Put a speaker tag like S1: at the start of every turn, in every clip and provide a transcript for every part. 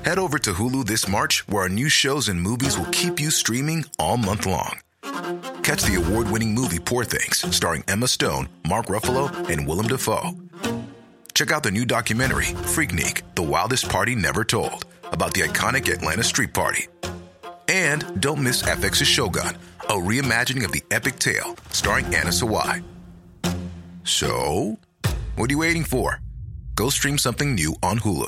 S1: Head over to Hulu this March, where our new shows and movies will keep you streaming all month long. Catch the award-winning movie Poor Things, starring Emma Stone, Mark Ruffalo, and Willem Dafoe. Check out the new documentary, Freaknik, The Wildest Party Never Told, about the iconic Atlanta Street Party. And don't miss FX's Shogun, a reimagining of the epic tale, starring Anna Sawai. So, what are you waiting for? Go stream something new on Hulu.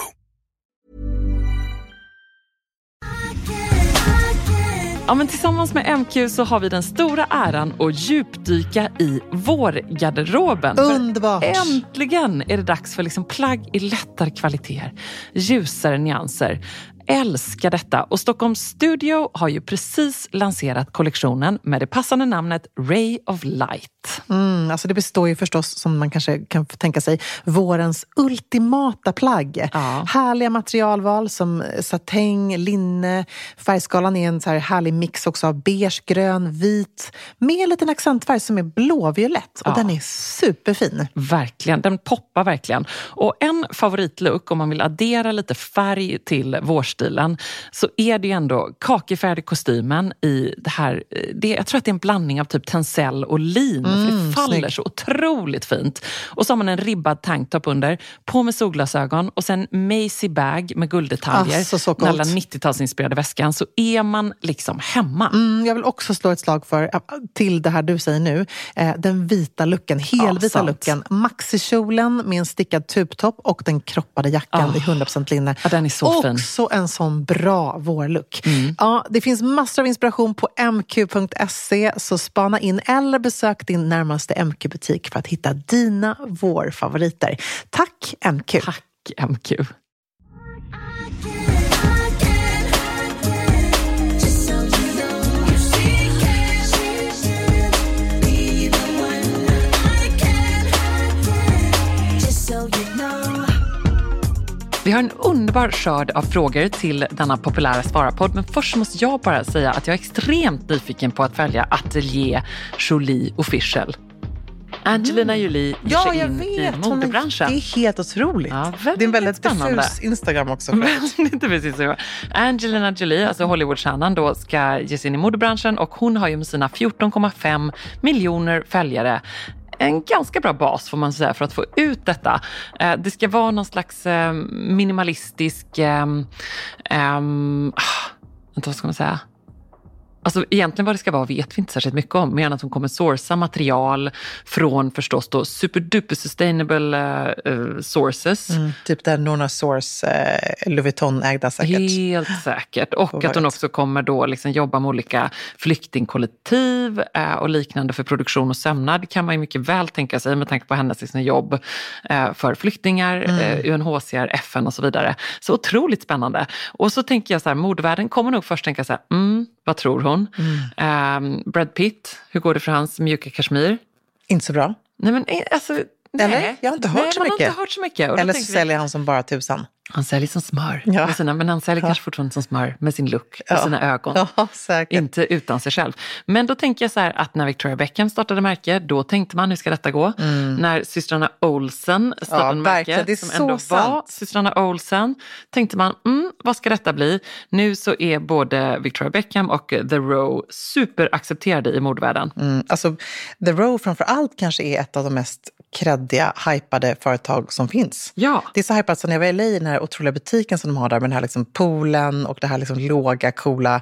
S2: Ja, men tillsammans med MQ så har vi den stora äran att djupdyka i vårgarderoben.
S3: Underbart!
S2: Äntligen är det dags för liksom plagg i lättare kvaliteter, ljusare nyanser. Älskar detta. Och Stockholms Studio har ju precis lanserat kollektionen med det passande namnet Ray of Light.
S3: Alltså det består ju förstås, som man kanske kan tänka sig, vårens ultimata plagg.
S2: Ja.
S3: Härliga materialval som satäng, linne. Färgskalan är en så här härlig mix också av beige, grön, vit. Med en liten accentfärg som är blåviolett. Och den är superfin.
S2: Verkligen, den poppar verkligen. Och en favoritlook om man vill addera lite färg till vårstilen så är det ju ändå kakifärdig kostymen i det här. Jag tror att det är en blandning av typ tencel och lin. För det faller snygg. Så otroligt fint. Och så har man en ribbad tanktop under, på med solglasögon och sen Macy bag med gulddetaljer.
S3: Så
S2: den alla 90-talsinspirerade väskan, så är man liksom hemma.
S3: Jag vill också slå ett slag för, till det här du säger nu, den vita looken, helvita looken. Maxikjolen med en stickad tubtopp och den kroppade jackan i 100% linne.
S2: Ja, den är så fin.
S3: Också en sån bra vårlook. Ja, det finns massor av inspiration på mq.se, så spana in eller besök din närmaste MQ-butik för att hitta dina vårfavoriter. Tack MQ!
S2: Tack MQ! Vi har en underbar skörd av frågor till denna populära Svara-podd, men först måste jag bara säga att jag är extremt nyfiken på att följa Atelier Jolie Official. Angelina Jolie ger sig in i modebranschen.
S3: Det är helt otroligt.
S2: Ja,
S3: det är en väldigt
S2: spännande.
S3: diffus Instagram också.
S2: Inte precis så. Angelina Jolie, alltså Hollywoodstjärnan då, ska ge sig in i modebranschen och hon har ju med sina 14,5 miljoner följare en ganska bra bas får man säga för att få ut detta. Det ska vara någon slags minimalistisk vad ska man säga? Alltså egentligen vad det ska vara vet vi inte särskilt mycket om. Men att hon kommer sourca material från förstås då superduper sustainable sources.
S3: Typ där Nona Source Louis Vuitton ägda säkert.
S2: Helt säkert. Och att hon också kommer då liksom jobba med olika flyktingkollektiv och liknande för produktion och sömnad. Kan man ju mycket väl tänka sig med tanke på hennes liksom jobb för flyktingar, UNHCR, FN och så vidare. Så otroligt spännande. Och så tänker jag så här, modevärlden kommer nog först tänka så här, vad tror hon? Brad Pitt, hur går det för hans mjuka kashmir?
S3: Inte så bra.
S2: Nej, men alltså...
S3: Eller? Jag har inte hört så mycket.
S2: Inte hört så mycket.
S3: Eller så säljer han som bara tusan.
S2: Han säljer som smör.
S3: Ja.
S2: Men han säljer kanske fortfarande som smör med sin look och sina ögon.
S3: Ja, säkert.
S2: Inte utan sig själv. Men då tänker jag så här att när Victoria Beckham startade märke, då tänkte man hur ska detta gå? När systrarna Olsen startade märke,
S3: det är
S2: som
S3: så
S2: ändå
S3: sant.
S2: var systrarna Olsen, tänkte man, vad ska detta bli? Nu så är både Victoria Beckham och The Row superaccepterade i modevärlden.
S3: Alltså, The Row framförallt kanske är ett av de mest kreddiga, hypade företag som finns.
S2: Ja.
S3: Det är så hypat så när jag var i LA i den här otroliga butiken som de har där med den här liksom poolen och det här liksom låga, coola,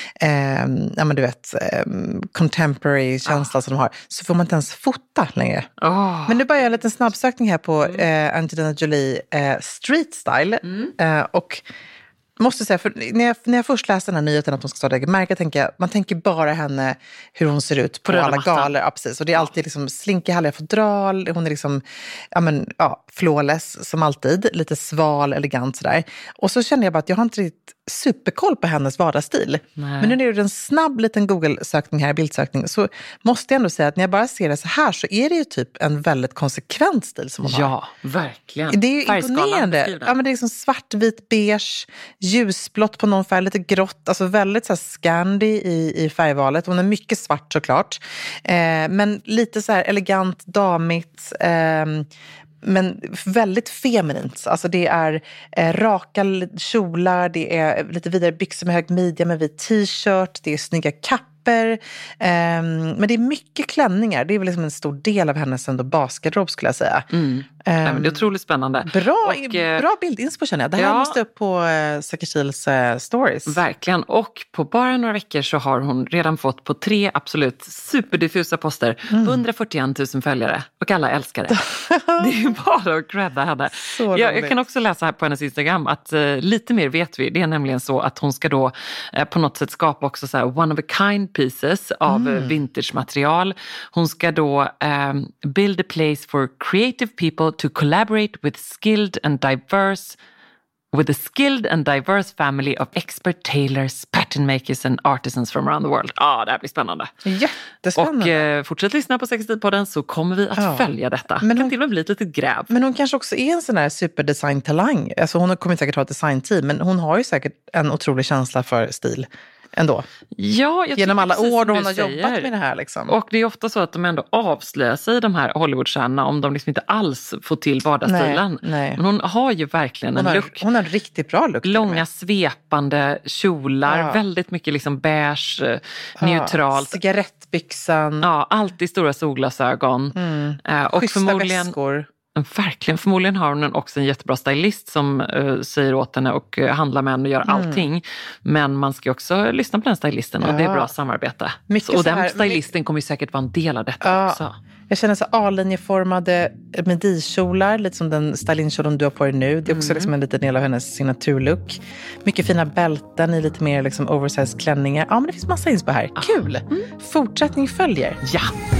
S3: ja men du vet, contemporary känsla som de har, så får man inte ens fota längre. Men nu bara jag en liten snabbsökning här på Angelina Jolie Street Style och måste säga, för när jag först läste den här nyheten att hon ska starta eget märke, man tänker bara henne hur hon ser ut på alla galor. Ja, precis. Och det är alltid liksom slinkiga, härliga fodral. Hon är liksom, flawless som alltid. Lite sval, elegant sådär. Och så känner jag bara att jag har inte riktigt superkoll på hennes vardagsstil. Nej. Men nu när det är en snabb liten Google-sökning här, bildsökning, så måste jag ändå säga att när jag bara ser det så här så är det ju typ en väldigt konsekvent stil som hon har.
S2: Ja, verkligen.
S3: Det är ju imponerande. Ja, men det är liksom svartvit, beige, ljusblått på någon färg, lite grått, alltså väldigt så här Scandi i färgvalet. Hon är mycket svart såklart. Men lite så här elegant, damigt, Men väldigt feminint. Alltså det är raka kjolar, det är lite vidare byxor med hög midja med vit t-shirt, det är snygga kappor. Men det är mycket klänningar. Det är väl liksom en stor del av hennes ändå basgarderob skulle jag säga.
S2: Men det är otroligt spännande.
S3: Bra bildinspo känner jag. Det här måste upp på Sakashils stories.
S2: Verkligen. Och på bara några veckor så har hon redan fått på 3 absolut superdiffusa poster 141 000 följare. Och alla älskar det. Det är ju bara att credda henne. Jag kan också läsa här på hennes Instagram att lite mer vet vi. Det är nämligen så att hon ska då på något sätt skapa också så här one of a kind pieces av vintage-material. Hon ska då build a place for creative people to collaborate with a skilled and diverse family of expert tailors, pattern makers and artisans from around the world. Det här blir spännande.
S3: Jättespännande.
S2: Och fortsätt lyssna på Sextilpodden så kommer vi att följa detta. Men kan till och med bli ett litet gräv.
S3: Men hon kanske också är en sån här superdesign-talang. Alltså hon kommer säkert ha ett designteam, men hon har ju säkert en otrolig känsla för stil. Ändå.
S2: Ja,
S3: genom alla år då hon har jobbat med det här. Liksom.
S2: Och det är ofta så att de ändå avslöjar sig, de här Hollywoodstjärnorna, om de liksom inte alls får till vardagsstilen.
S3: Nej.
S2: Men hon har ju verkligen en look.
S3: Hon har en riktigt bra look.
S2: Långa svepande kjolar, väldigt mycket liksom beige, neutralt.
S3: Cigarettbyxan.
S2: Alltid stora solglasögon. Och
S3: schyssta
S2: förmodligen
S3: väskor.
S2: Verkligen. Förmodligen har hon också en jättebra stylist som säger åt henne och handlar med henne och gör allting. Men man ska också lyssna på den stylisten och det är bra samarbete. Och den stylisten kommer ju säkert vara en del av detta också.
S3: Jag känner så A-linjeformade midikjolar, lite som den stylinkjolen du har på dig nu. Det är också liksom en liten del av hennes signaturlook. Mycket fina bälten i lite mer liksom oversized klänningar. Ja, men det finns massa inspo här. Kul! Fortsättning följer.
S2: Ja!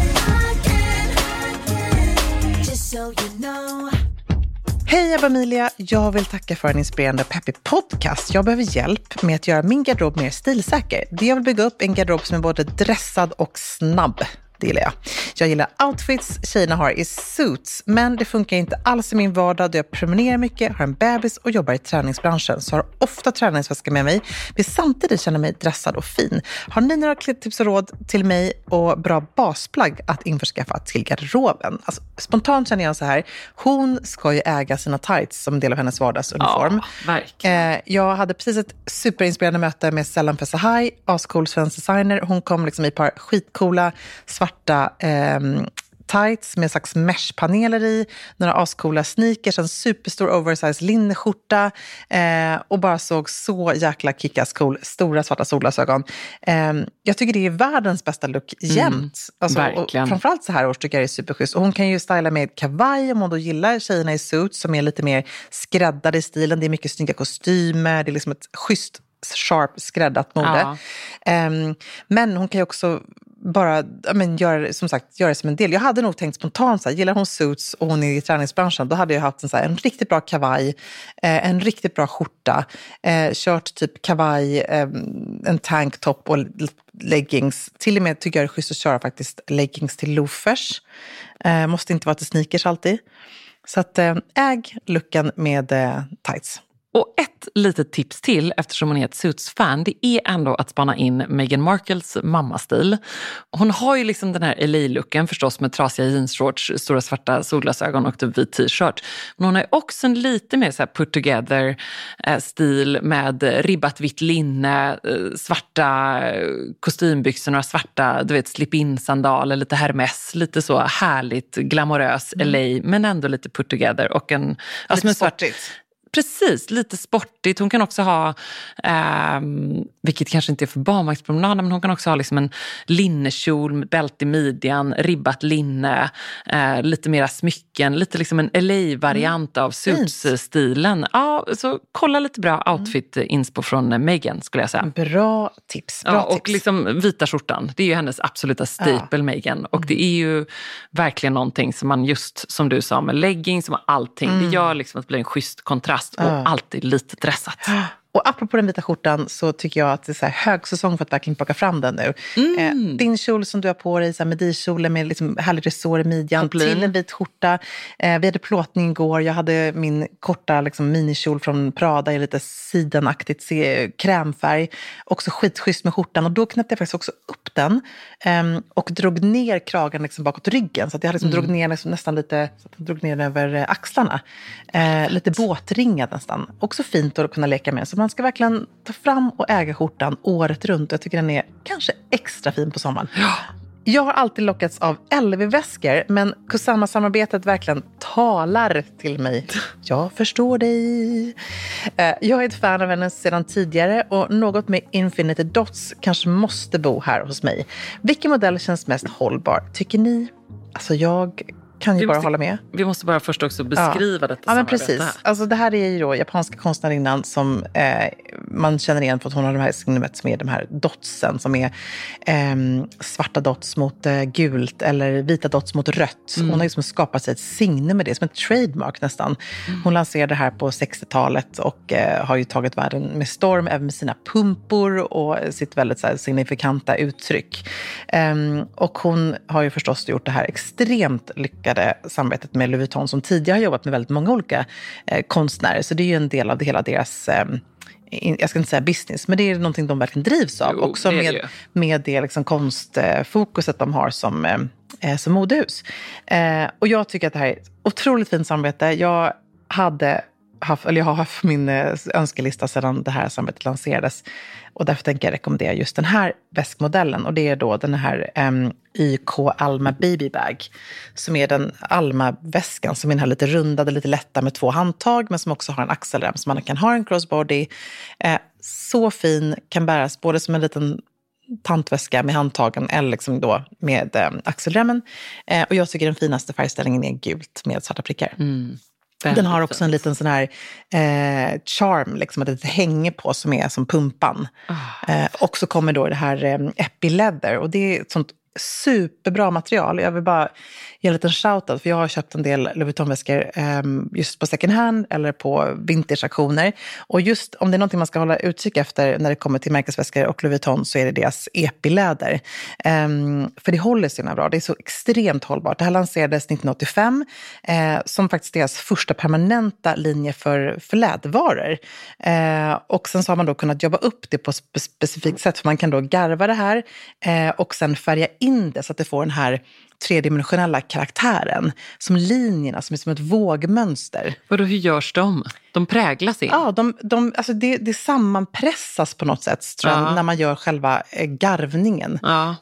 S3: Hej Ebba Emilia, jag vill tacka för en inspirerande peppig podcast. Jag behöver hjälp med att göra min garderob mer stilsäker. Det jag vill bygga upp är en garderob som är både dressad och snabb. Det gillar jag. Jag gillar outfits tjejerna har i suits, men det funkar inte alls i min vardag då jag promenerar mycket, har en bebis och jobbar i träningsbranschen, så har ofta träningsväska med mig. Vill samtidigt känna mig dressad och fin. Har ni några tips och råd till mig och bra basplagg att införskaffa till garderoben? Alltså, spontant känner jag så här, hon ska ju äga sina tights som del av hennes vardagsuniform.
S2: Verkligen.
S3: Jag hade precis ett superinspirerande möte med Sellan Pesahai, ascool svensk designer. Hon kom liksom i ett par skitcoola svarta tights med slags meshpaneler i, några ascoola sneakers, en superstor oversized linneskjorta och bara såg så jäkla kickass cool, stora svarta solglasögon. Jag tycker det är världens bästa look jämt. Alltså,
S2: verkligen.
S3: Och framförallt så här års tycker jag det är superschysst. Och hon kan ju styla med kavaj om hon då gillar tjejerna i suits som är lite mer skräddade i stilen. Det är mycket snygga kostymer, det är liksom ett schysst sharp skräddat mode. Men hon kan ju också bara göra det som en del. Jag hade nog tänkt spontant så här, gillar hon suits och hon är i träningsbranschen, då hade jag haft en riktigt bra kavaj, en riktigt bra skjorta, kört typ kavaj, en tanktop och leggings. Till och med tycker jag det är schysst att köra faktiskt leggings till loafers. Måste inte vara till sneakers alltid. Så att äg looken med tights.
S2: Och ett litet tips till, eftersom hon är ett Suits-fan, det är ändå att spana in Meghan Markles mammastil. Hon har ju liksom den här LA-looken förstås med trasiga jeansshorts, stora svarta solglasögon och typ vit t-shirt. Men hon har ju också en lite mer så här put together stil med ribbat vitt linne, svarta kostymbyxor, några svarta, du vet, slip-in-sandaler, lite Hermes, lite så härligt glamorös LA, men ändå lite put together och en...
S3: Alltså lite sportigt.
S2: Precis, lite sportigt. Hon kan också ha, vilket kanske inte är för barnvagnspromenader, men hon kan också ha liksom en linnekjol med bälte i midjan, ribbat linne, lite mera smycken, lite liksom en LA-variant av suits-stilen. Ja, så kolla lite bra outfit-inspo från Meghan skulle jag säga.
S3: Bra tips.
S2: Och liksom vita skjortan, det är ju hennes absoluta staple, Meghan. Och det är ju verkligen någonting som man just, som du sa, med leggings, som allting, det gör liksom att det blir en schysst kontrast och alltid lite dressat.
S3: Och apropå den vita skjortan så tycker jag att det är så här högsäsong för att verkligen plocka fram den nu. Din kjol som du har på dig, så här medikjolen med liksom härlig resår i midjan, till en vit skjorta. Vi hade plåtning igår, jag hade min korta liksom, minikjol från Prada i lite sidenaktigt krämfärg. Också skitschysst med skjortan, och då knäppte jag faktiskt också upp den och drog ner kragen liksom bakåt ryggen, så att jag liksom drog ner liksom, nästan lite, så att jag drog ner över axlarna. Lite båtringad nästan. Också fint att kunna leka med, så man ska verkligen ta fram och äga skjortan året runt. Jag tycker den är kanske extra fin på sommaren. Ja. Jag har alltid lockats av LV-väskor, men Kusama-samarbetet verkligen talar till mig. Jag förstår dig. Jag är ett fan av henne sedan tidigare, och något med Infinity Dots kanske måste bo här hos mig. Vilken modell känns mest hållbar, tycker ni? Alltså jag kan ju bara hålla med.
S2: Vi måste bara först också beskriva detta.
S3: Ja, men precis. Alltså det här är ju då japanska konstnärinnan som man känner igen för att hon har de här signumet som är de här dotsen som är svarta dots mot gult eller vita dots mot rött. Hon har liksom skapat sig ett signum med det, som en trademark nästan. Hon lanserade det här på 60-talet och har ju tagit världen med storm, även med sina pumpor och sitt väldigt så här, signifikanta uttryck. Och hon har ju förstås gjort det här extremt lyckade samarbetet med Louis Vuitton, som tidigare har jobbat med väldigt många olika konstnärer. Så det är ju en del av det hela deras, jag ska inte säga business, men det är någonting de verkligen drivs av. Också med det liksom konstfokuset de har som modehus. Och jag tycker att det här är ett otroligt fint samarbete. Jag har haft min önskelista sedan det här samarbetet lanserades. Och därför tänker jag rekommendera just den här väskmodellen. Och det är då den här YK Alma Baby Bag. Som är den Alma-väskan som är den här lite rundade, lite lätta med 2 handtag. Men som också har en axelrem så man kan ha en crossbody. Så fin, kan bäras både som en liten tantväska med handtagen eller liksom då med axelremmen. Och jag tycker den finaste färgställningen är gult med svarta prickar. Den har också en liten sån här charm, liksom att det hänger på som är som pumpan. Och så kommer då det här epileather, och det är ett sånt superbra material. Jag vill bara ge en liten shoutout, för jag har köpt en del Louis Vuitton-väskor just på second hand eller på vintage-aktioner. Och just om det är någonting man ska hålla utkik efter när det kommer till märkesväskor och Louis Vuitton, så är det deras epiläder. För det håller sig bra. Det är så extremt hållbart. Det här lanserades 1985 som faktiskt deras första permanenta linje för lädervaror. Och sen så har man då kunnat jobba upp det på ett specifikt sätt, för man kan då garva det här och sen färga in det så att det får den här tredimensionella karaktären, som linjerna, som är som ett vågmönster.
S2: Hur görs de? De präglas in?
S3: Ja, alltså det sammanpressas på något sätt när man gör själva garvningen.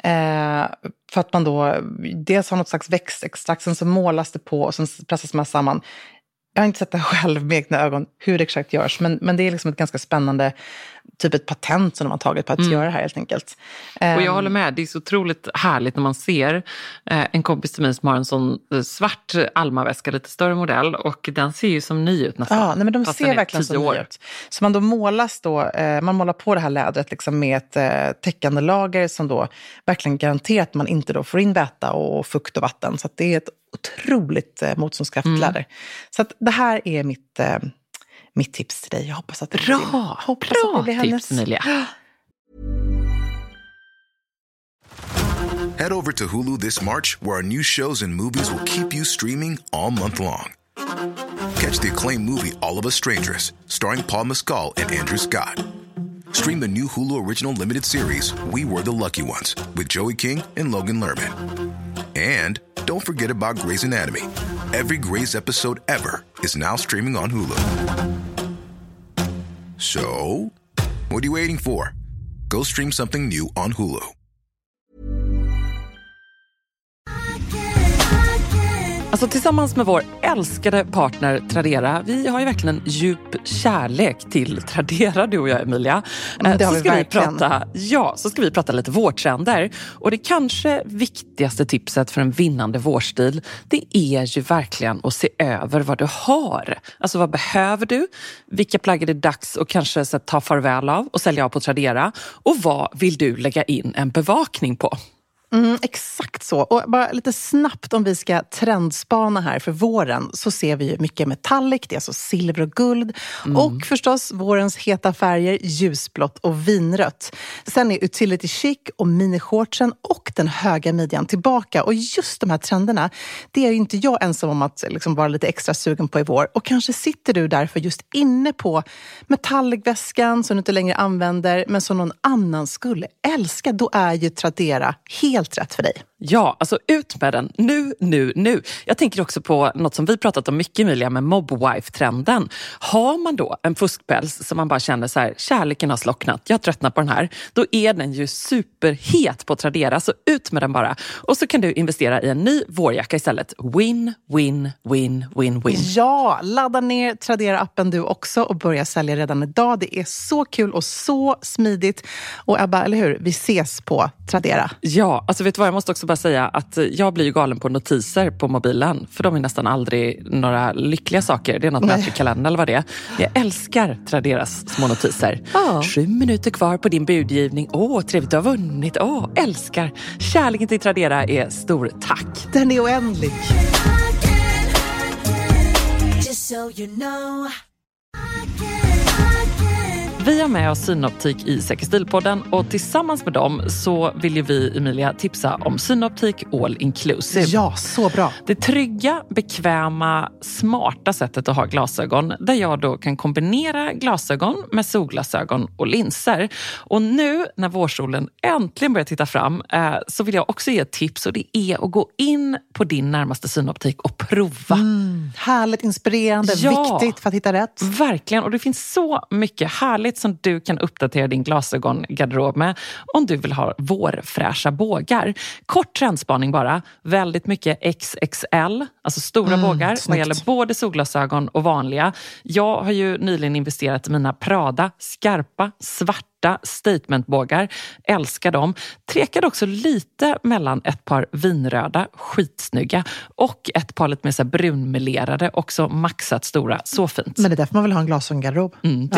S3: För att man då dels har något slags växtextrakt, sen så målas det på och sen pressas man samman. Jag har inte sett det själv med egna ögon hur det exakt görs, men det är liksom ett ganska spännande typ ett patent som de har tagit på att göra det här helt enkelt.
S2: Och jag håller med, det är så otroligt härligt när man ser en kompis till mig som har en sån svart Alma-väska, lite större modell, och den ser ju som ny ut nästan.
S3: Ja, nej, men de ser verkligen som ny ut. Så man då man målar på det här lädret liksom med ett täckande lager som då verkligen garanterar att man inte då får in väta och fukt och vatten. Så att det är ett otroligt motståndskraftigt läder. Så att det här är mitt tips till dig. Jag hoppas att det blir
S2: tips, Emilia.
S1: Head over to Hulu this March, where our new shows and movies will keep you streaming all month long. Catch the acclaimed movie All of Us Strangers, starring Paul Mescal and Andrew Scott. Stream the new Hulu original limited series We Were the Lucky Ones with Joey King and Logan Lerman. And don't forget about Grey's Anatomy. Every Grey's episode ever is now streaming on Hulu. So, what are you waiting for? Go stream something new on Hulu.
S2: Alltså tillsammans med vår älskade partner Tradera, vi har ju verkligen en djup kärlek till Tradera, du och jag, Emilia.
S3: Det har vi verkligen.
S2: Så ska vi prata lite vårtrender. Och det kanske viktigaste tipset för en vinnande vårstil, det är ju verkligen att se över vad du har. Alltså vad behöver du? Vilka plagg är det dags att kanske ta farväl av och sälja av på Tradera? Och vad vill du lägga in en bevakning på?
S4: Exakt så. Och bara lite snabbt om vi ska trendspana här för våren så ser vi ju mycket metallic, det är alltså silver och guld. Och förstås vårens heta färger, ljusblått och vinrött. Sen är utility chic och minishortsen och den höga midjan tillbaka. Och just de här trenderna, det är ju inte jag ensam om att liksom vara lite extra sugen på i vår. Och kanske sitter du därför just inne på metallic-väskan som du inte längre använder men som någon annan skulle älska. Då är ju Tradera helt rätt för dig.
S2: Ja, alltså ut med den. Nu. Jag tänker också på något som vi pratat om mycket, Emilia, med mobwife-trenden. Har man då en fuskpäls som man bara känner så här, kärleken har slocknat, jag tröttnar på den här, då är den ju superhet på Tradera, så ut med den bara. Och så kan du investera i en ny vårjacka istället. Win.
S4: Ja, ladda ner Tradera-appen du också och börja sälja redan idag. Det är så kul och så smidigt. Och Ebba, eller hur? Vi ses på Tradera.
S2: Ja, alltså vet du vad, jag måste också bara säga att jag blir ju galen på notiser på mobilen. För de är nästan aldrig några lyckliga saker. Det är något med kalendern eller vad det är. Jag älskar Traderas små notiser. 7 minuter kvar på din budgivning. Trevligt du har vunnit. Älskar. Kärleken till Tradera är stor, tack.
S4: Den är oändlig.
S2: Vi har med oss Synoptik i Säkerstilpodden och tillsammans med dem så vill ju vi, Emilia, tipsa om Synoptik All Inclusive.
S4: Ja, så bra.
S2: Det trygga, bekväma, smarta sättet att ha glasögon där jag då kan kombinera glasögon med solglasögon och linser. Och nu när vårsolen äntligen börjar titta fram så vill jag också ge ett tips, och det är att gå in på din närmaste synoptik och prova.
S4: Härligt, inspirerande, viktigt för att hitta rätt.
S2: Verkligen, och det finns så mycket härligt som du kan uppdatera din glasögongarderob med om du vill ha vårfräscha bågar. Kort trendspaning bara, väldigt mycket XXL, alltså stora bågar, vad gäller både solglasögon och vanliga. Jag har ju nyligen investerat i mina Prada skarpa, svarta statementbågar. Älskar dem. Trekade också lite mellan ett par vinröda, skitsnygga, och ett par lite mer så här brunmelerade, också maxat stora. Så fint.
S4: Men det är därför man vill ha en glasögongarderob.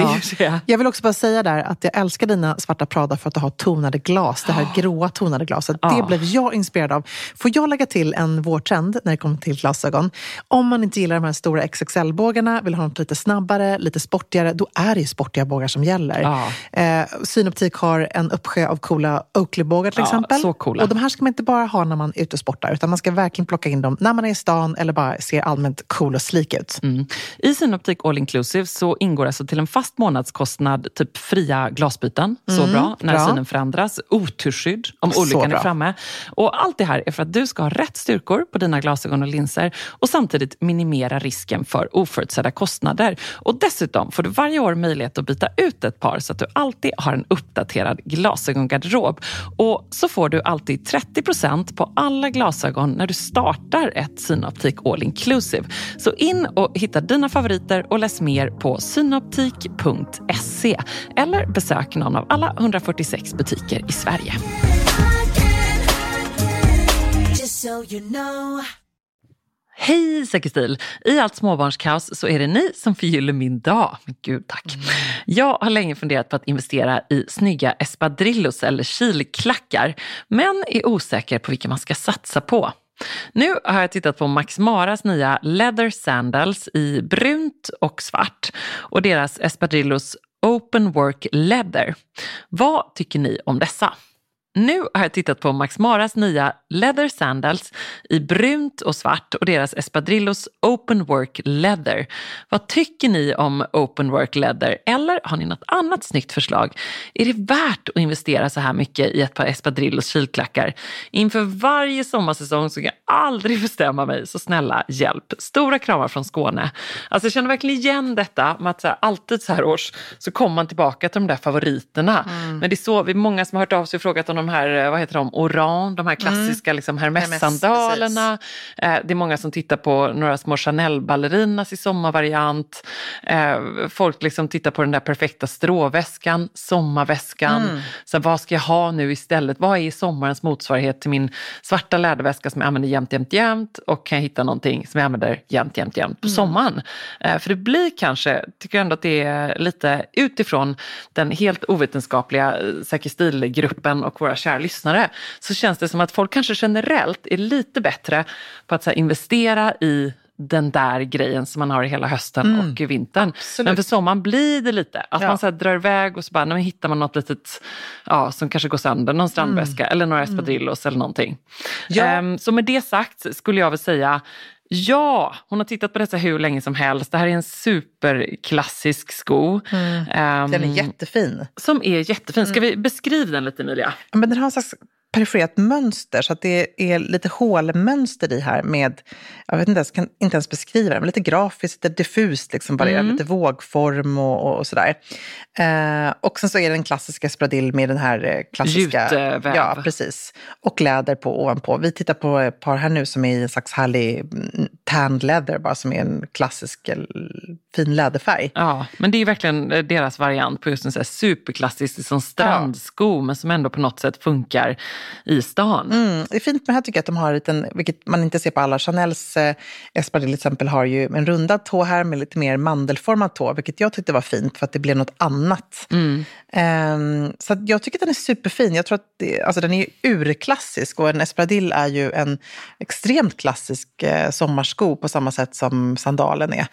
S4: Jag vill också bara säga där att jag älskar dina svarta Prada för att du har tonade glas. Det här gråa tonade glaset. Det blev jag inspirerad av. Får jag lägga till en vårtrend när det kommer till glasögon? Om man inte gillar de här stora XXL-bågarna, vill ha något lite snabbare, lite sportigare, då är det ju sportiga bågar som gäller. Synoptik har en uppsjö av coola Oakley-bågar till exempel.
S2: Så coola.
S4: Och de här ska man inte bara ha när man är ute och sportar, utan man ska verkligen plocka in dem när man är i stan eller bara ser allmänt cool och slik ut.
S2: I Synoptik All Inclusive så ingår alltså till en fast månadskostnad typ fria glasbyten. Så bra när synen förändras. Oturskydd om olyckan är framme. Och allt det här är för att du ska ha rätt styrkor på dina glasögon och linser och samtidigt minimera risken för oförutsedda kostnader. Och dessutom får du varje år möjlighet att byta ut ett par så att du alltid har en uppdaterad glasögongarderob. Och så får du alltid 30% på alla glasögon när du startar ett Synoptik All Inclusive. Så in och hitta dina favoriter och läs mer på synoptik.se eller besök någon av alla 146 butiker i Sverige. Hej Säkerstil! I allt småbarnskaos så är det ni som förgyller min dag. Men gud, tack. Jag har länge funderat på att investera i snygga espadrillos eller kilklackar, men är osäker på vilka man ska satsa på. Nu har jag tittat på Max Maras nya leather sandals i brunt och svart och deras espadrillos open work leather. Vad tycker ni om dessa? Nu har jag tittat på Max Maras nya leather sandals i brunt och svart och deras espadrillos open work leather. Vad tycker ni om open work leather? Eller har ni något annat snyggt förslag? Är det värt att investera så här mycket i ett par espadrillos kilklackar? Inför varje sommarsäsong så kan jag aldrig bestämma mig, så snälla hjälp. Stora kramar från Skåne. Alltså jag känner verkligen igen detta med att så här, alltid så här års så kommer man tillbaka till de där favoriterna. Men det är så, vi är många som har hört av sig och frågat om de här, vad heter de, Oran, de här klassiska liksom Hermes-sandalerna. Det är många som tittar på några små Chanel-ballerinas i sommarvariant. Folk liksom tittar på den där perfekta stråväskan, sommarväskan. Så vad ska jag ha nu istället? Vad är sommarens motsvarighet till min svarta läderväska som jag använder jämt och kan jag hitta någonting som jag använder jämt på sommaren? För det blir kanske, tycker jag ändå att det är lite utifrån den helt ovetenskapliga Säkerstil-gruppen och våra våra kära lyssnare, så känns det som att folk kanske generellt är lite bättre på att så här, investera i den där grejen som man har hela hösten och vintern.
S3: Absolut.
S2: Men för sommaren blir det lite. Att man så här drar iväg och så bara, hittar man något litet som kanske går sönder, någon strandväska eller några espadrillos eller någonting.
S3: Ja.
S2: Så med det sagt skulle jag väl säga, ja, hon har tittat på detta hur länge som helst. Det här är en superklassisk sko.
S3: Den är jättefin.
S2: Som är jättefin. Ska vi beskriva den lite, Emilia?
S3: Ja, men den har en slags perforerat mönster, så att det är lite hålmönster i här med, jag vet inte ens, kan inte ens beskriva det, men lite grafiskt, lite diffust liksom, bara lite vågform och sådär. Och sen så är det en klassisk espadrille med den här klassiska
S2: gjutväv.
S3: Ja, precis. Och läder på ovanpå. Vi tittar på ett par här nu som är i en slags härlig tanned leather, bara som är en klassisk fin läderfärg. Ja,
S2: men det är verkligen deras variant på just en så här superklassisk som strandsko, men som ändå på något sätt funkar i stan.
S3: Det är fint med det här, tycker jag, att de har liten, vilket man inte ser på alla. Chanels espadrille till exempel har ju en rundad tå här med lite mer mandelformad tå, vilket jag tyckte var fint för att det blev något annat. Så att jag tycker att den är superfin. Jag tror att den är urklassisk, och en espadrille är ju en extremt klassisk sommarsko på samma sätt som sandalen är.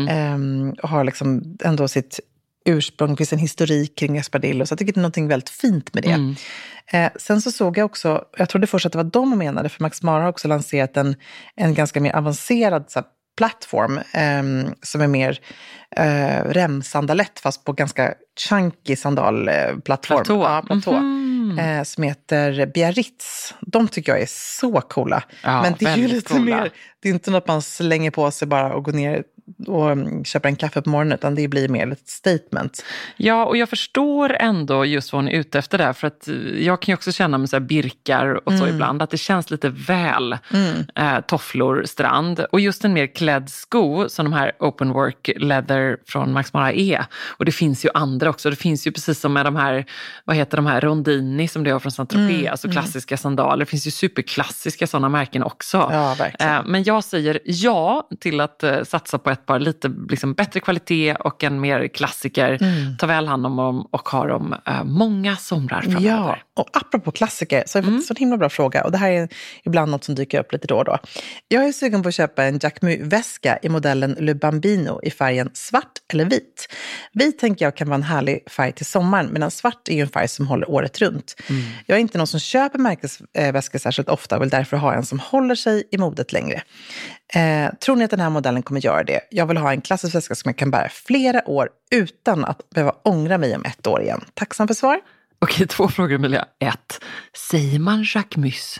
S3: Och har liksom ändå sitt ursprung, det finns en historik kring espadrille, så jag tycker det är något väldigt fint med det. Sen så såg jag också, jag trodde först att det var de menade, för Max Mara har också lanserat en ganska mer avancerad så här, plattform som är mer remsandalett, fast på ganska chunky sandalplattform. Platå. Som heter Biarritz. De tycker jag är så coola.
S2: Ja,
S3: men det är ju lite
S2: coola.
S3: mer, det är inte något man slänger på sig bara och går ner och köper en kaffe på morgonen, utan det blir mer ett statement.
S2: Ja, och jag förstår ändå just vad hon är ute efter där, för att jag kan ju också känna med så här birkar och så ibland, att det känns lite väl tofflor, strand. Och just en mer klädd sko som de här open work leather från Max Mara är. Och det finns ju andra också. Det finns ju precis som med de här, vad heter de här, Rondini som det har från Saint-Tropez, alltså klassiska sandaler. Det finns ju superklassiska sådana märken också.
S3: Ja, verkligen.
S2: Men jag säger ja till att satsa på ett par lite liksom bättre kvalitet och en mer klassiker. Ta väl hand om dem och ha dem många somrar framöver.
S3: Ja, och apropå klassiker så är det faktiskt en himla bra fråga. Och det här är ibland något som dyker upp lite då och då. Jag är sugen på att köpa en Jacquemus-väska i modellen Le Bambino i färgen svart eller vit. Vit tänker jag kan vara en härlig färg till sommaren, medan svart är ju en färg som håller året runt. Jag är inte någon som köper märkesväskor särskilt ofta och vill därför ha en som håller sig i modet längre. Tror ni att den här modellen kommer göra det? Jag vill ha en klassisk väska som jag kan bära flera år utan att behöva ångra mig om 1 år igen. Tacksam för svar.
S2: Okej, 2 frågor, Emilia. 1. Säger man Jacquemus?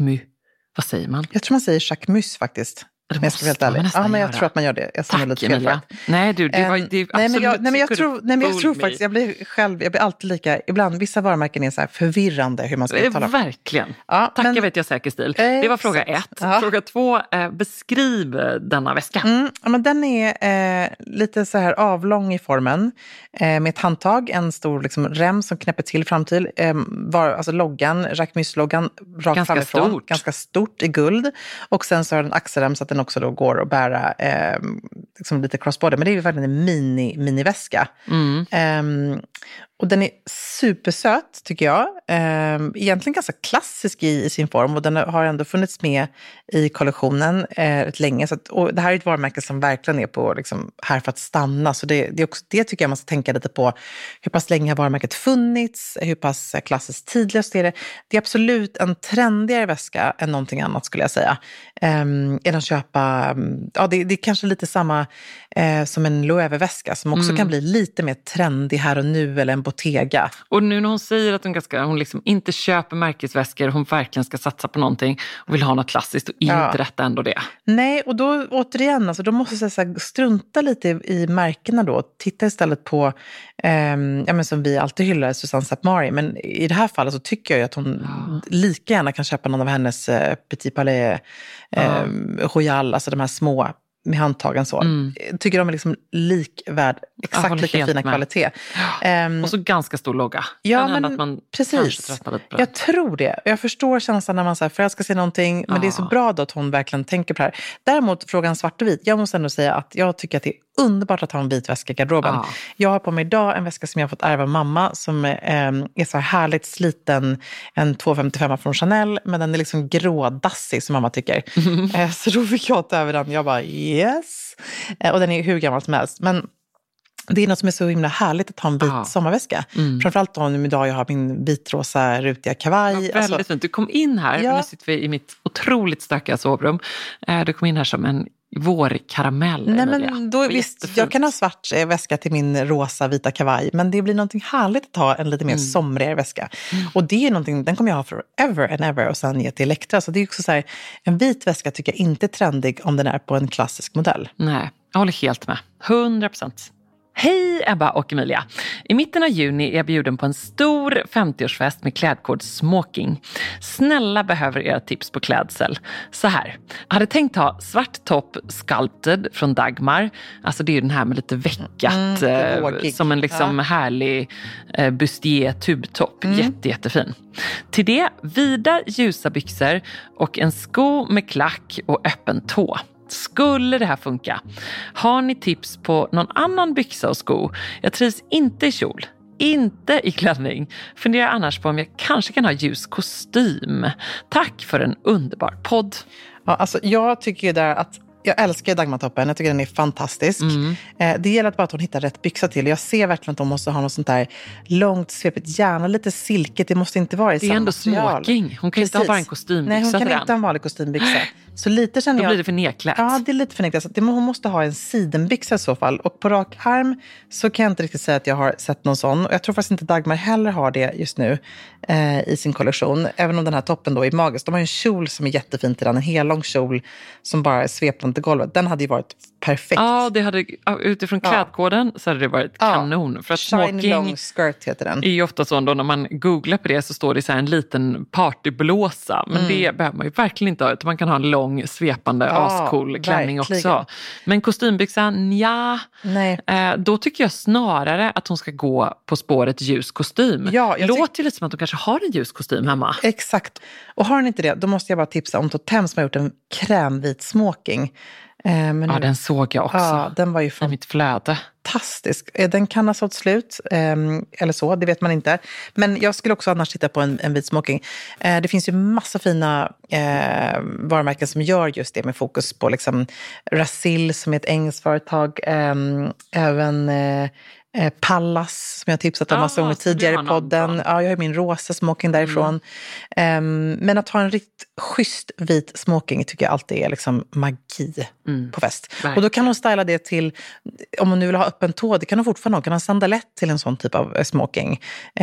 S2: Vad säger man?
S3: Jag tror man säger Jacquemus faktiskt. Men jag ska vara helt ärlig. Ja, men jag tror att man gör det. Jag
S2: tack,
S3: lite
S2: Emilia. Nej, du, det var absolut...
S3: jag tror faktiskt, jag blir alltid lika, ibland, vissa varumärken är så här förvirrande hur man ska uttala.
S2: Verkligen.
S3: Ja,
S2: Tackar vet jag säker stil. Det var fråga 1.
S3: Ja.
S2: Fråga 2, beskriv denna väska.
S3: Ja, men den är lite så här avlång i formen, med ett handtag, en stor liksom, rem som knäpper till fram till, alltså loggan, Jacquemus-loggan rakt
S2: ganska
S3: framifrån.
S2: Stort.
S3: Ganska stort i guld. Och sen så har den axelrem så att den också då går att bära liksom lite crossbody. Men det är ju verkligen en miniväska. Och den är supersöt tycker jag. Egentligen ganska klassisk i sin form. Och den har ändå funnits med i kollektionen rätt länge. Så att, och det här är ett varumärke som verkligen är på, liksom, här för att stanna. Så det är också, det tycker jag man ska tänka lite på. Hur pass länge har varumärket funnits? Hur pass klassiskt tidlöst är det? Det är absolut en trendigare väska än någonting annat skulle jag säga. Än att köpa... Ja, det är kanske lite samma som en Loewe-väska som också kan bli lite mer trendig här och nu, eller en Bottega.
S2: Och nu när hon säger att hon liksom inte köper märkesväskor, hon verkligen ska satsa på någonting och vill ha något klassiskt, och inte detta ändå det.
S3: Nej, och då återigen, alltså, då måste jag säga, strunta lite i märkena då. Titta istället på, men som vi alltid hyllar, Susanne Sapmari. Men i det här fallet så tycker jag ju att hon lika gärna kan köpa någon av hennes Petit Palais Royal, alltså de här små med handtagen så. Tycker de är liksom likvärd, exakt lika fina kvalitet.
S2: Och så ganska stor logga.
S3: Ja, men
S2: att man
S3: precis. Jag tror det. Jag förstår känslan när man så här förälskar sig någonting, men det är så bra då att hon verkligen tänker på det här. Däremot, frågan svart och vit. Jag måste ändå säga att jag tycker att det är underbart att ha en vit väska i garderoben. Jag har på mig idag en väska som jag har fått ärva av mamma som är så här härligt sliten, en 255 från Chanel, men den är liksom grådassig som mamma tycker. Så då fick jag ta över den. Jag bara yes. Och den är hur gammal som helst. Men det är något som är så himla härligt att ha en vit sommarväska. Framförallt då nu idag jag har min vitrosa rutiga kavaj.
S2: Ja, väldigt fint. Du kom in här, nu sitter vi i mitt otroligt starka sovrum. Du kom in här som en vårkaramell.
S3: Nej, men då, visst, jag kan ha svart väska till min rosa vita kavaj, men det blir någonting härligt att ha en lite mer somrigare väska. Och det är någonting, den kommer jag ha forever and ever och sen ge till Elektra. Så det är också så här, en vit väska tycker jag inte är trendig om den är på en klassisk modell.
S2: Nej, jag håller helt med. 100%. Hej Ebba och Emilia. I mitten av juni är jag bjuden på en stor 50-årsfest med klädkod smoking. Snälla behöver era tips på klädsel. Så här. Jag hade tänkt ha svart topp sculpted från Dagmar. Alltså det är ju den här med lite veckat. Som en liksom härlig bustier tubtopp. Jättefin. Till det vida ljusa byxor och en sko med klack och öppen tå. Skulle det här funka? Har ni tips på någon annan byxa och sko? Jag trivs inte i kjol, inte i klänning. Funderar annars på om jag kanske kan ha ljus kostym. Tack för en underbar podd.
S3: Ja, alltså jag tycker ju där att jag älskar Dagmartoppen. Jag tycker den är fantastisk. Det gäller bara att hon hittar rätt byxa till. Jag ser verkligen att hon måste ha något sånt där långt svepigt, gärna lite silket. Det måste inte vara i samma material.
S2: Det är ändå smoking. Hon kan inte ha bara en kostymbyxa.
S3: Nej, hon kan inte ha en vanlig kostymbyxa. Så lite känner jag...
S2: Då blir det för nedklätt.
S3: Ja, det är lite för nedklätt. Hon måste ha en sidenbyxa i så fall. Och på rak arm så kan jag inte riktigt säga att jag har sett någon sån. Och jag tror faktiskt inte Dagmar heller har det just nu i sin kollektion. Även om den här toppen då är magisk. De har en kjol som är jättefin till den. En hel lång kjol som bara är sveplande till golvet. Den hade ju varit perfekt.
S2: Ja, det hade, utifrån klädkoden så hade det varit kanon. För att
S3: Shiny long skirt heter den.
S2: är ju ofta så då när man googlar på det så står det så här en liten partyblåsa. Men det behöver man ju verkligen inte ha. Utan man kan ha en lång svepande ascool klänning också. Men kostymbyxan, ja.
S3: Nej.
S2: Då tycker jag snarare att hon ska gå på spåret ljus kostym.
S3: Ja,
S2: låter ju lite som att hon kanske har en ljus kostym hemma.
S3: Exakt. Och har hon inte det, då måste jag bara tipsa om Totem som har gjort en krämvit smoking. Men
S2: ja, den såg jag också.
S3: Ja, den var ju
S2: i mitt flöde.
S3: Fantastisk. Den kan ha sålt slut, eller så, det vet man inte. Men jag skulle också annars titta på en vit smoking. Det finns ju massa fina varumärken som gör just det med fokus på liksom Rasil som är ett engelskt företag. Även... Pallas som jag tipsat om massa gånger tidigare i podden. Ja, jag har min rosa smoking därifrån. Men att ha en riktigt schysst vit smoking tycker jag alltid är liksom magi på fest. Verkligen. Och då kan hon styla det till, om hon nu vill ha öppen tå, det kan hon fortfarande ha. Hon kan ha sandalett till en sån typ av smoking.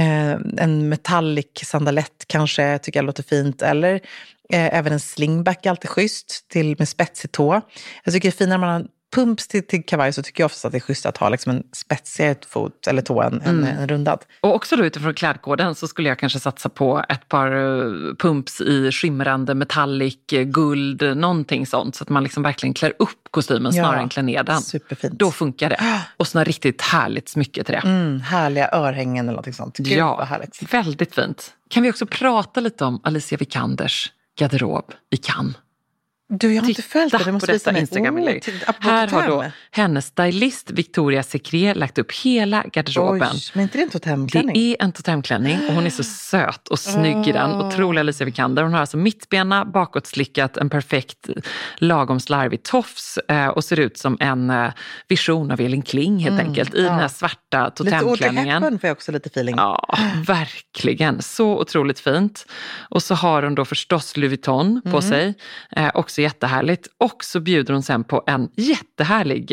S3: En metallic sandalett kanske tycker jag låter fint. Eller även en slingback är alltid schysst med spetsig tå. Jag tycker det är finare när man har pumps till kavaj så tycker jag ofta att det är schysst att ha liksom en spetsigare fot eller tå en rundad.
S2: Och också då utifrån klädkoden så skulle jag kanske satsa på ett par pumps i skimrande metallic, guld, någonting sånt. Så att man liksom verkligen klär upp kostymen snarare än klär ner den.
S3: Superfint.
S2: Då funkar det. Och sådana riktigt härligt smycke till det.
S3: Härliga örhängen eller något sånt. Gud, vad härligt.
S2: Väldigt fint. Kan vi också prata lite om Alicia Vikanders garderob i Cannes?
S3: Du, jag har inte följt det. Du måste
S2: på detta Instagram-inlägg. Här har då hennes stylist Victoria Secret lagt upp hela garderoben.
S3: Oj, men inte det en totemklänning?
S2: Det är en totemklänning och hon är så söt och snygg i den. Otroliga Alicia Vikander. Hon har alltså mittbena, bakåtslickat, en perfekt lagom slarvig tofs och ser ut som en vision av Elin Kling helt enkelt. I den här svarta totemklänningen. Lite Audrey Hepburn får jag också lite feeling. Ja, verkligen. Så otroligt fint. Och så har hon då förstås Louis Vuitton på sig. Också jättehärligt. Och så bjuder hon sen på en jättehärlig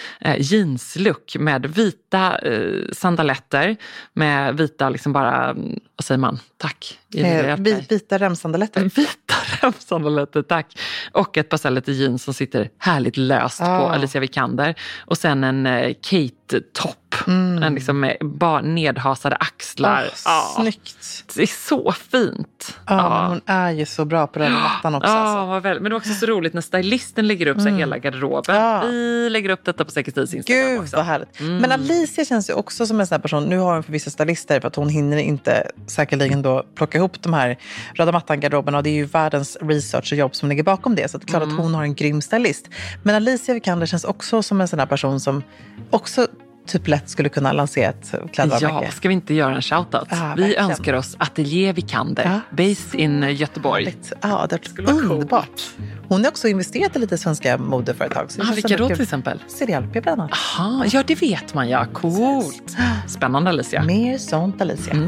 S2: jeanslook med vita sandaletter. Med vita liksom bara, vad säger man? Tack.
S3: Vita remsandaletter.
S2: Vita remsandaletter, tack. Och ett par lite jeans som sitter härligt löst på Alicia Vikander. Och sen en Kate-topp. En liksom med bara nedhasade axlar.
S3: Snyggt.
S2: Det är så fint.
S3: Men hon är ju så bra på den mattan också.
S2: Alltså. Men det var också så roligt när stylisten lägger upp så hela garderoben. Vi lägger upp detta på Säkerhetsstils Instagram.
S3: Gud,
S2: också.
S3: Vad härligt. Men Alicia känns ju också som en sån här person. Nu har hon för vissa stylister för att hon hinner inte säkerligen då plocka ihop ihop de här röda mattan-garderoberna, och det är ju världens research och jobb som ligger bakom det. Så det är klart att hon har en grym stylist. Men Alicia Vikander känns också som en sån här person som också typ lätt skulle kunna lansera ett klädvarumärke.
S2: Ja, ska vi inte göra en shoutout? Vi önskar oss Atelier Vikander, based in Göteborg.
S3: Ja, det är underbart. Cool. Hon har också investerat i lite svenska modeföretag.
S2: Vilka då till exempel?
S3: Cerealp bland annat.
S2: Aha, ja det vet man ja. Coolt. Spännande Alicia.
S3: Mer sånt Alicia.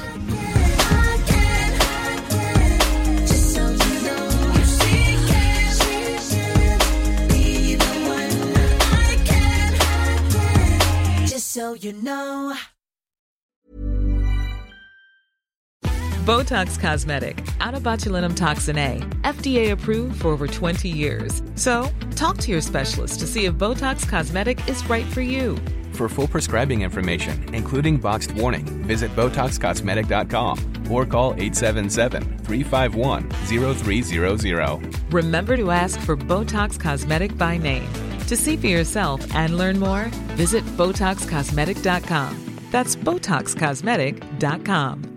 S5: So you know.
S6: Botox Cosmetic, out of botulinum toxin A, FDA approved for over 20 years. So, talk to your specialist to see if Botox Cosmetic is right for you.
S7: For full prescribing information, including boxed warning, visit BotoxCosmetic.com or call 877-351-0300.
S6: Remember to ask for Botox Cosmetic by name. To see for yourself and learn more, visit BotoxCosmetic.com. That's BotoxCosmetic.com.